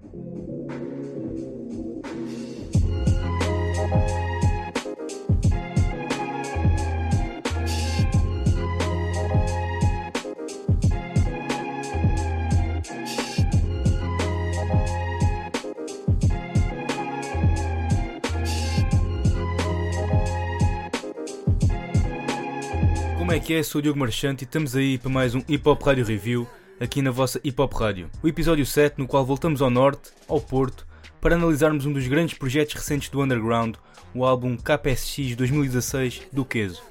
Como é que é? Sou o Diogo Marchante e estamos aí para mais um Hip Hop Radio Review aqui na vossa Hip Hop Rádio. O episódio 7, no qual voltamos ao Norte, ao Porto, para analisarmos um dos grandes projetos recentes do Underground, o álbum KPSX 2016 do Queso.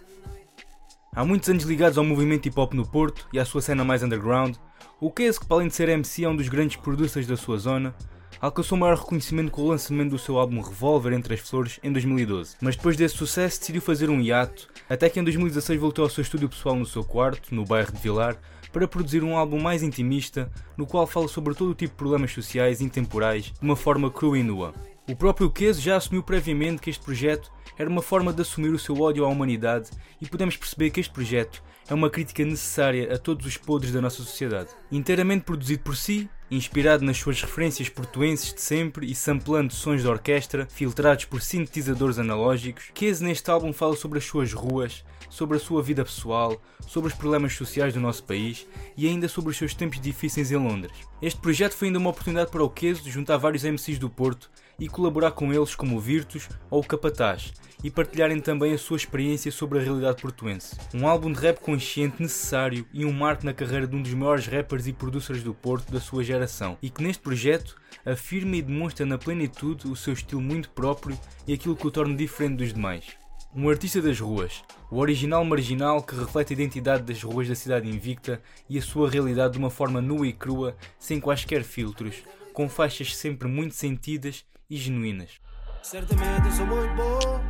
Há muitos anos ligados ao movimento hip hop no Porto e à sua cena mais underground, o Queso, que para além de ser MC é um dos grandes producers da sua zona, alcançou maior reconhecimento com o lançamento do seu álbum Revolver Entre as Flores em 2012, mas depois desse sucesso decidiu fazer um hiato, até que em 2016 voltou ao seu estúdio pessoal no seu quarto, no bairro de Vilar, para produzir um álbum mais intimista, no qual fala sobre todo o tipo de problemas sociais intemporais de uma forma crua e nua. O próprio Queso já assumiu previamente que este projeto era uma forma de assumir o seu ódio à humanidade e podemos perceber que este projeto é uma crítica necessária a todos os podres da nossa sociedade. Inteiramente produzido por si, inspirado nas suas referências portuenses de sempre e samplando sons de orquestra filtrados por sintetizadores analógicos, Queso neste álbum fala sobre as suas ruas, sobre a sua vida pessoal, sobre os problemas sociais do nosso país e ainda sobre os seus tempos difíceis em Londres. Este projeto foi ainda uma oportunidade para o Queso de juntar vários MCs do Porto e colaborar com eles como o Virtus ou o Capataz, e partilharem também a sua experiência sobre a realidade portuense. Um álbum de rap consciente, necessário e um marco na carreira de um dos maiores rappers e producers do Porto da sua geração, e que neste projeto afirma e demonstra na plenitude o seu estilo muito próprio e aquilo que o torna diferente dos demais. Um artista das ruas, o original marginal que reflete a identidade das ruas da cidade invicta e a sua realidade de uma forma nua e crua, sem quaisquer filtros, com faixas sempre muito sentidas e genuínas. Certamente eu sou muito bom.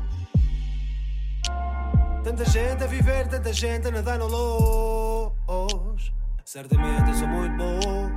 Tanta gente a viver, tanta gente a nadar no luz. Certamente eu sou muito bom.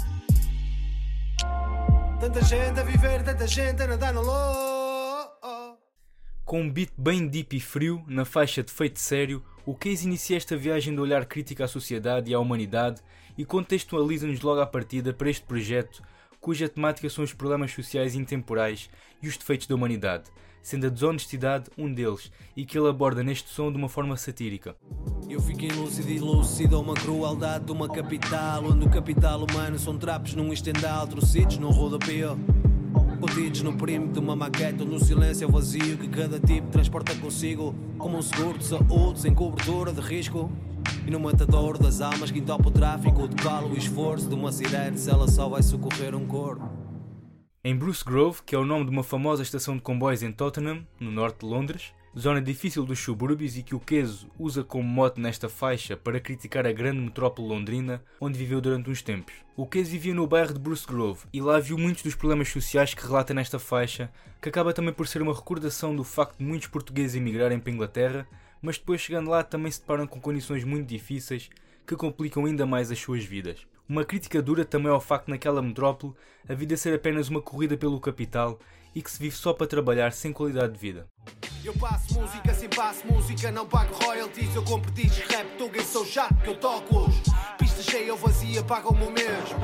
Tanta gente a viver, tanta gente a nadar no luz. Com um beat bem deep e frio, na faixa de Feito Sério, o Queso inicia esta viagem de olhar crítico à sociedade e à humanidade e contextualiza-nos logo à partida para este projeto, cuja temática são os problemas sociais intemporais e os defeitos da humanidade, sendo a desonestidade um deles, e que ele aborda neste som de uma forma satírica. Eu fiquei lúcido e lúcido a uma crueldade de uma capital, onde o capital humano são trapos num estendal, trocidos num rodapio, contidos no perímetro de uma maquete, onde o silêncio é o vazio que cada tipo transporta consigo, como um seguro de saúde sem cobertura de risco. E no matador das almas que entopa o tráfico, decala o esforço de uma sirene se ela só vai socorrer um corpo. Em Bruce Grove, que é o nome de uma famosa estação de comboios em Tottenham, no norte de Londres, zona difícil dos subúrbios e que o Queso usa como mote nesta faixa para criticar a grande metrópole londrina, onde viveu durante uns tempos. O Queso vivia no bairro de Bruce Grove e lá viu muitos dos problemas sociais que relata nesta faixa, que acaba também por ser uma recordação do facto de muitos portugueses emigrarem para a Inglaterra, mas depois chegando lá também se deparam com condições muito difíceis que complicam ainda mais as suas vidas. Uma crítica dura também ao facto de naquela metrópole a vida ser apenas uma corrida pelo capital e que se vive só para trabalhar sem qualidade de vida. Eu passo música, sem passo música, não pago royalties, eu compro discos, rap, tuga e sou chato que eu toco-os. Pista cheia ou vazia, pagam-me o mesmo.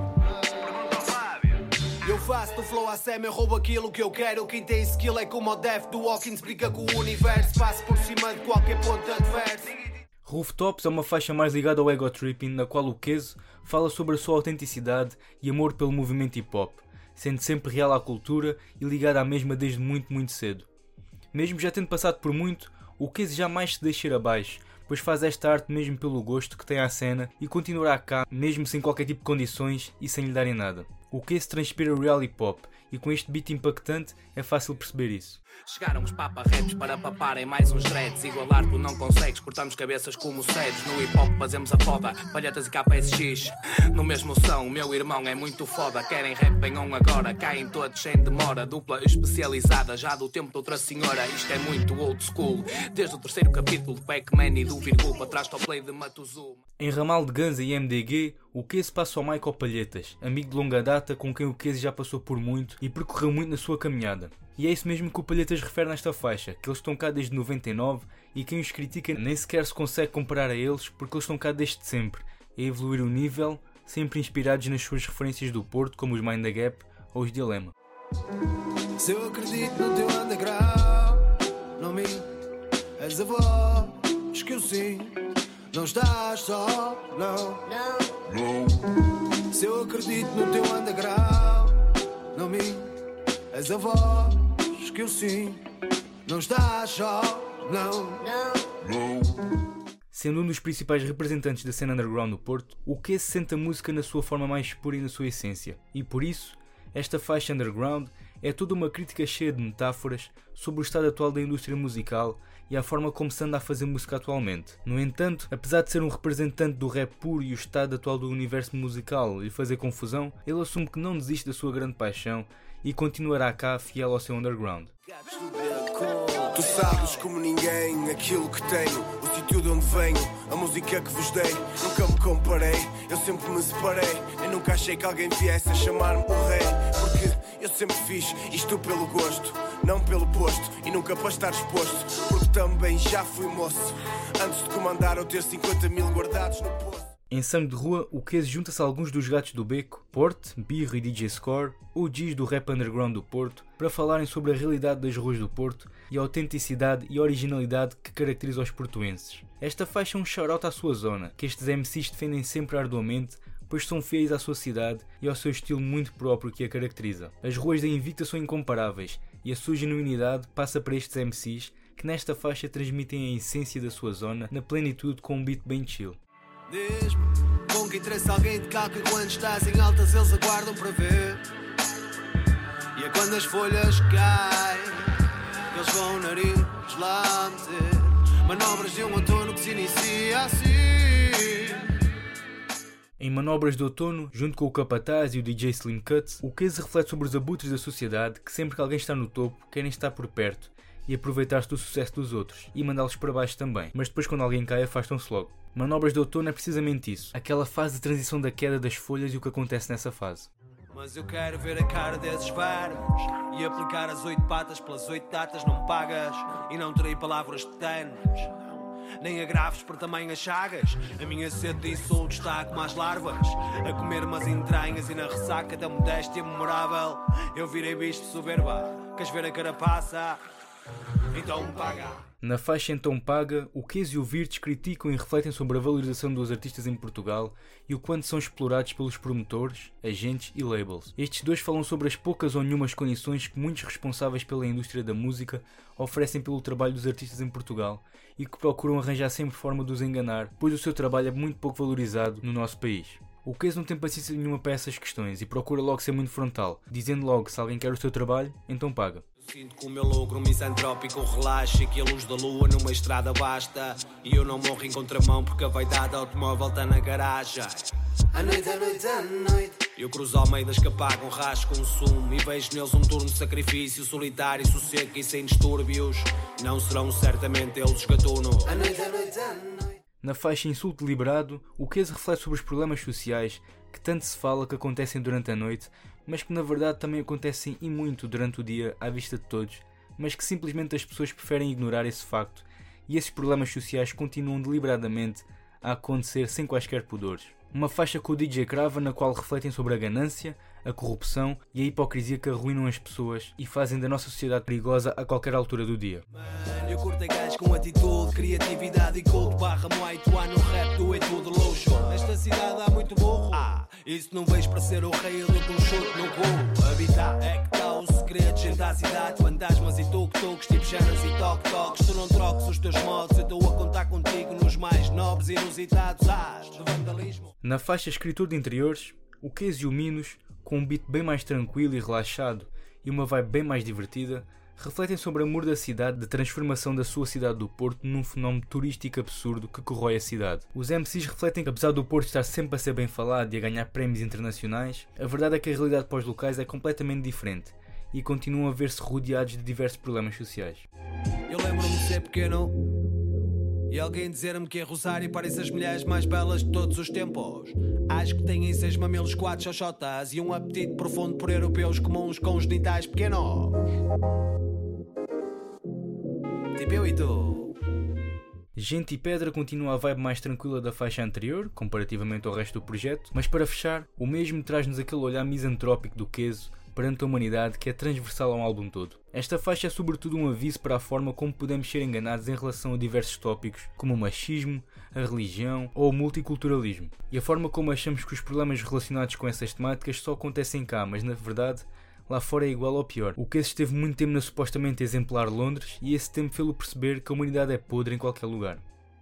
Eu faço do flow à semi, eu roubo aquilo que eu quero. Quem tem skill é como o Def do Hawkins, explica que o universo passa por cima de qualquer ponto adverso. Rooftops é uma faixa mais ligada ao ego tripping, na qual o Queso fala sobre a sua autenticidade e amor pelo movimento hip hop, sendo sempre real à cultura e ligado à mesma desde muito cedo. Mesmo já tendo passado por muito, o Queso jamais se deixa ir abaixo, pois faz esta arte mesmo pelo gosto que tem à cena e continuará cá mesmo sem qualquer tipo de condições e sem lhe darem nada. O Queso transpira real hip hop e com este beat impactante é fácil perceber isso. Chegaram os papa-raps para paparem mais uns dreads. Igualar tu não consegues, cortamos cabeças como sedes. No hip hop fazemos a foda, palhetas e KPSX no mesmo som, meu irmão é muito foda. Querem rap, venham agora, caem todos sem demora. Dupla especializada, já do tempo de outra senhora. Isto é muito old school, desde o terceiro capítulo de Pac-Man e do Virgul para trás top play de Matuzu. Em Ramal de Ganza e MDG, o Queso passa ao Michael Palhetas, amigo de longa data com quem o Queso já passou por muito e percorreu muito na sua caminhada. E é isso mesmo que o Palhetas refere nesta faixa, que eles estão cá desde 99 e quem os critica nem sequer se consegue comparar a eles porque eles estão cá desde sempre, a evoluir o nível sempre inspirados nas suas referências do Porto, como os Mind the Gap ou os Dilema. Se eu acredito no teu underground, não me és a voz que eu sinto, não estás só, não. Se eu acredito no teu underground, não me és a voz que eu sinto, não estás só, não. Sendo um dos principais representantes da cena underground do Porto, o que sente a música na sua forma mais pura e na sua essência, e por isso, esta faixa underground é toda uma crítica cheia de metáforas sobre o estado atual da indústria musical e a forma como se anda a fazer música atualmente. No entanto, apesar de ser um representante do rap puro e o estado atual do universo musical lhe fazer confusão, ele assume que não desiste da sua grande paixão e continuará cá fiel ao seu underground. Tu sabes como ninguém aquilo que tenho, o sítio de onde venho, a música que vos dei. Nunca me comparei, eu sempre me separei. Eu nunca achei que alguém viesse a chamar-me o rei, porque eu sempre fiz isto pelo gosto, não pelo posto, e nunca para estar exposto, porque também já fui moço, antes de comandar ou ter 50 mil guardados no poço. Em Sangue de Rua, o Quez junta-se a alguns dos gatos do beco, Porte, Birro e DJ Score, OGs do rap underground do Porto, para falarem sobre a realidade das ruas do Porto e a autenticidade e originalidade que caracteriza os portuenses. Esta faixa é um shout-out à sua zona, que estes MCs defendem sempre arduamente, pois são fiéis à sua cidade e ao seu estilo muito próprio que a caracteriza. As ruas da Invicta são incomparáveis e a sua genuinidade passa para estes MCs que nesta faixa transmitem a essência da sua zona na plenitude com um beat bem chill. Diz-me, com que interessa alguém de cá que quando estás em altas eles aguardam para ver. E é quando as folhas caem que eles vão o nariz lá meter manobras de um outono que se inicia assim. Em Manobras de Outono, junto com o Capataz e o DJ Slim Cuts, o Quez reflete sobre os abutres da sociedade que sempre que alguém está no topo querem estar por perto e aproveitar-se do sucesso dos outros e mandá-los para baixo também, mas depois quando alguém cai afastam-se logo. Manobras de Outono é precisamente isso, aquela fase de transição da queda das folhas e o que acontece nessa fase. Mas eu quero ver a cara desses vermes e aplicar as 8 patas pelas 8 datas não me pagas, e não terei palavras tenues, nem agraves por tamanhas chagas. A minha sede de insulto está como as larvas, a comer umas entranhas e na ressaca da modéstia memorável eu virei bicho de soberba. Queres ver a carapaça? Então paga. Na faixa Então Paga, o Quez e o Virtus criticam e refletem sobre a valorização dos artistas em Portugal e o quanto são explorados pelos promotores, agentes e labels. Estes dois falam sobre as poucas ou nenhumas condições que muitos responsáveis pela indústria da música oferecem pelo trabalho dos artistas em Portugal e que procuram arranjar sempre forma de os enganar, pois o seu trabalho é muito pouco valorizado no nosso país. O Quez não tem paciência nenhuma para essas questões e procura logo ser muito frontal, dizendo logo que se alguém quer o seu trabalho, então paga. Sinto que o meu lucro misantrópico relaxa e que a luz da lua numa estrada basta, e eu não morro em contramão porque a vaidade automóvel está na garagem. À noite, à noite, à noite eu cruzo almeidas que apagam, rasco, consumo e vejo neles um turno de sacrifício solitário, sossego e sem distúrbios. Não serão certamente eles os gatunos. À noite, à noite, à noite. Na faixa Insulto Liberado, o Quez reflete sobre os problemas sociais que tanto se fala que acontecem durante a noite, mas que na verdade também acontecem e muito durante o dia à vista de todos, mas que simplesmente as pessoas preferem ignorar esse facto e esses problemas sociais continuam deliberadamente a acontecer sem quaisquer pudores. Uma faixa com o DJ Crava na qual refletem sobre a ganância, a corrupção e a hipocrisia que arruinam as pessoas e fazem da nossa sociedade perigosa a qualquer altura do dia. Mano, eu curto gajos com atitude, criatividade e culto, barra moai, tu há no rap, tu é tudo luxo. Nesta cidade há muito burro, isso não vejo para ser o rei, eu dou-te um chute no cu. Habitar é que está o segredo, gente à cidade, fantasmas e tuk-tuks, tipo chanas e toque-toques. Tu não troques os teus modos, eu estou a contar contigo nos mais nobres e inusitados de vandalismo. Na faixa Escritor de Interiores, o Quez e o Minos, com um beat bem mais tranquilo e relaxado e uma vibe bem mais divertida, refletem sobre a mordacidade da transformação da sua cidade do Porto num fenómeno turístico absurdo que corrói a cidade. Os MCs refletem que apesar do Porto estar sempre a ser bem falado e a ganhar prémios internacionais, a verdade é que a realidade para os locais é completamente diferente e continuam a ver-se rodeados de diversos problemas sociais. Eu lembro-me de ser pequeno e alguém dizer-me que em Rosário parece as mulheres mais belas de todos os tempos. Acho que têm 6 mamilos, 4 xoxotas e um apetite profundo por europeus comuns com os genitais pequenos. Tipo eu e tu. Gente e Pedra continua a vibe mais tranquila da faixa anterior, comparativamente ao resto do projeto, mas para fechar, o mesmo traz-nos aquele olhar misantrópico do Queso perante a humanidade que é transversal ao álbum todo. Esta faixa é sobretudo um aviso para a forma como podemos ser enganados em relação a diversos tópicos, como o machismo, a religião ou o multiculturalismo, e a forma como achamos que os problemas relacionados com essas temáticas só acontecem cá, mas na verdade lá fora é igual ou pior. O Queso esteve muito tempo na supostamente exemplar Londres e esse tempo fê-lo perceber que a humanidade é podre em qualquer lugar.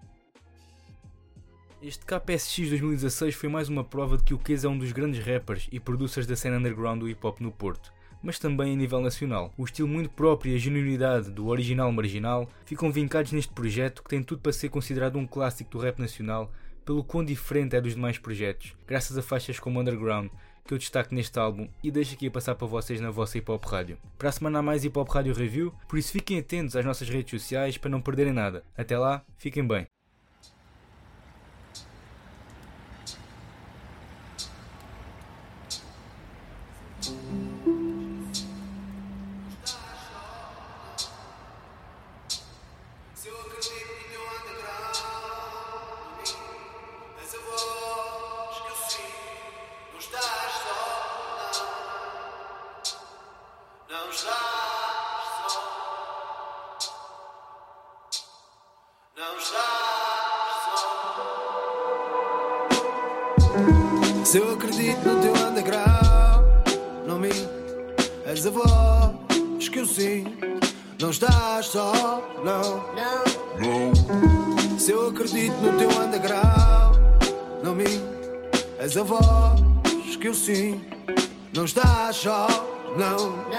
Este KPSX 2016 foi mais uma prova de que o Queso é um dos grandes rappers e producers da cena underground do hip-hop no Porto, mas também a nível nacional. O estilo muito próprio e a genuinidade do original marginal ficam vincados neste projeto que tem tudo para ser considerado um clássico do rap nacional pelo quão diferente é dos demais projetos, graças a faixas como Underground, que eu destaco neste álbum e deixo aqui a passar para vocês na vossa Hip Hop Rádio. Para a semana há mais Hip Hop Rádio Review, por isso fiquem atentos às nossas redes sociais para não perderem nada. Até lá, fiquem bem. Se eu acredito no teu underground, não me és a voz que eu sinto. Não estás só, não. Se eu acredito no teu underground, não me és a voz que eu sinto. Não estás só, não.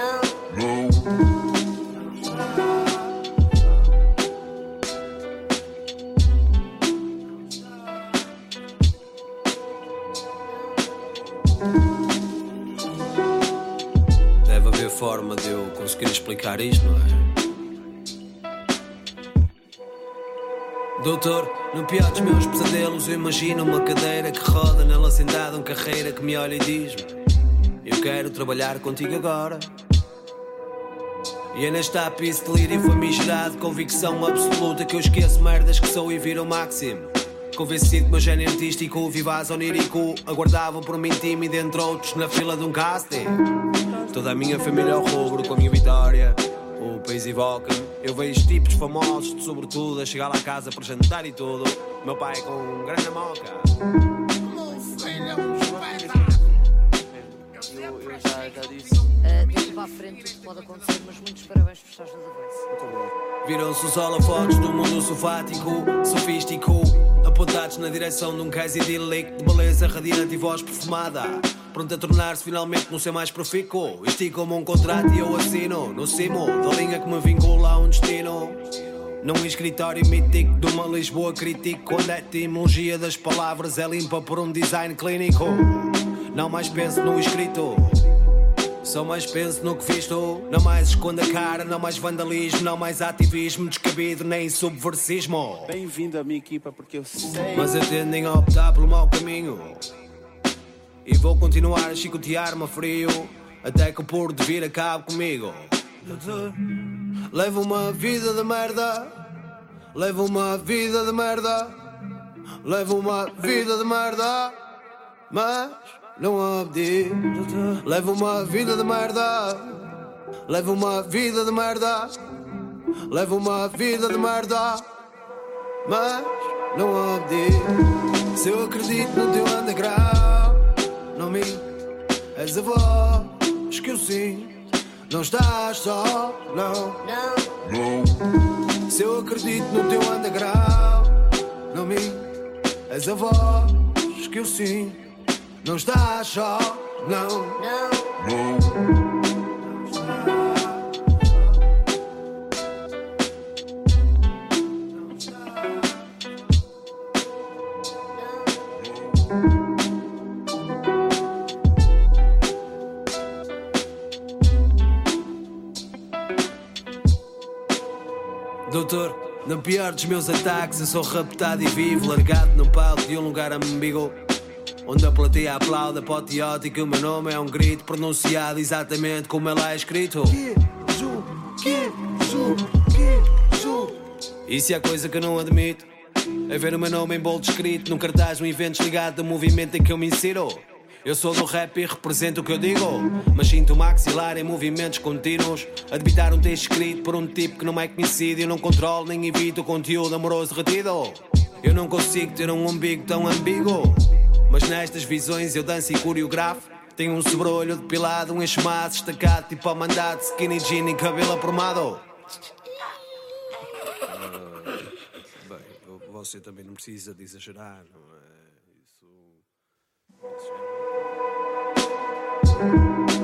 Deve haver forma de eu conseguir explicar isto, não é? Doutor, no pior dos meus pesadelos eu imagino uma cadeira que roda, nela sentado um carreira que me olha e diz-me: eu quero trabalhar contigo agora. E é neste ápice de delírio famigerado, convicção absoluta que eu esqueço merdas que sou e viro o máximo. Convencido que meu gênio artístico, vivaz onírico, aguardavam por mim tímido entre outros na fila de um casting. Toda a minha família ao rubro com a minha vitória, o país evoca-me. Eu vejo tipos famosos, de sobretudo, a chegar lá a casa para jantar e tudo. Meu pai com um grande moca. Eu já disse. Daqui para a frente tudo pode acontecer, mas muitos parabéns por estares no The Voice. Muito obrigado. Viram-se os holofotes do mundo sofático, sofístico, apontados na direção de um cais idílico de beleza radiante e voz perfumada, pronto a tornar-se finalmente no ser mais profícuo. Esticam-me um contrato e eu assino no cimo da linha que me vincula a um destino. Num escritório mítico de uma Lisboa crítico, onde a etimologia das palavras é limpa por um design clínico. Não mais penso no escrito, só mais penso no que visto. Não mais escondo a cara, não mais vandalismo, não mais ativismo descabido nem subversismo. Bem-vindo à minha equipa, porque eu sei. Mas eu tendo em optar pelo mau caminho e vou continuar a chicotear-me a frio até que o puro de vir acabe comigo. Levo uma vida de merda, levo uma vida de merda, levo uma vida de merda, mas não abdico. Levo uma vida de merda, levo uma vida de merda, levo uma vida de merda, mas não abdico. Se eu acredito no teu underground, não me és a voz que eu sinto. Não estás só, não. Se eu acredito no teu underground, não me és a voz que eu sinto. Não estás só, não. Doutor, no pior dos meus ataques eu sou raptado e vivo, largado num palco de um lugar ambíguo, onde a plateia aplaude apoteótico e o meu nome é um grito pronunciado exatamente como ele é escrito. E se há coisa que eu não admito, é ver o meu nome em bold escrito num cartaz, num evento ligado ao movimento em que eu me insiro. Eu sou do rap e represento o que eu digo, mas sinto o maxilar em movimentos contínuos, a debitar um texto escrito por um tipo que não é conhecido. Eu não controlo nem evito o conteúdo amoroso retido. Eu não consigo ter um umbigo tão ambíguo, mas nestas visões eu danço e coreografo. Tenho um sobrolho depilado, um enxumado estacado, tipo ao mandado, skinny jean e cabelo aprumado. Bem, você também não precisa de exagerar, não é? Isso...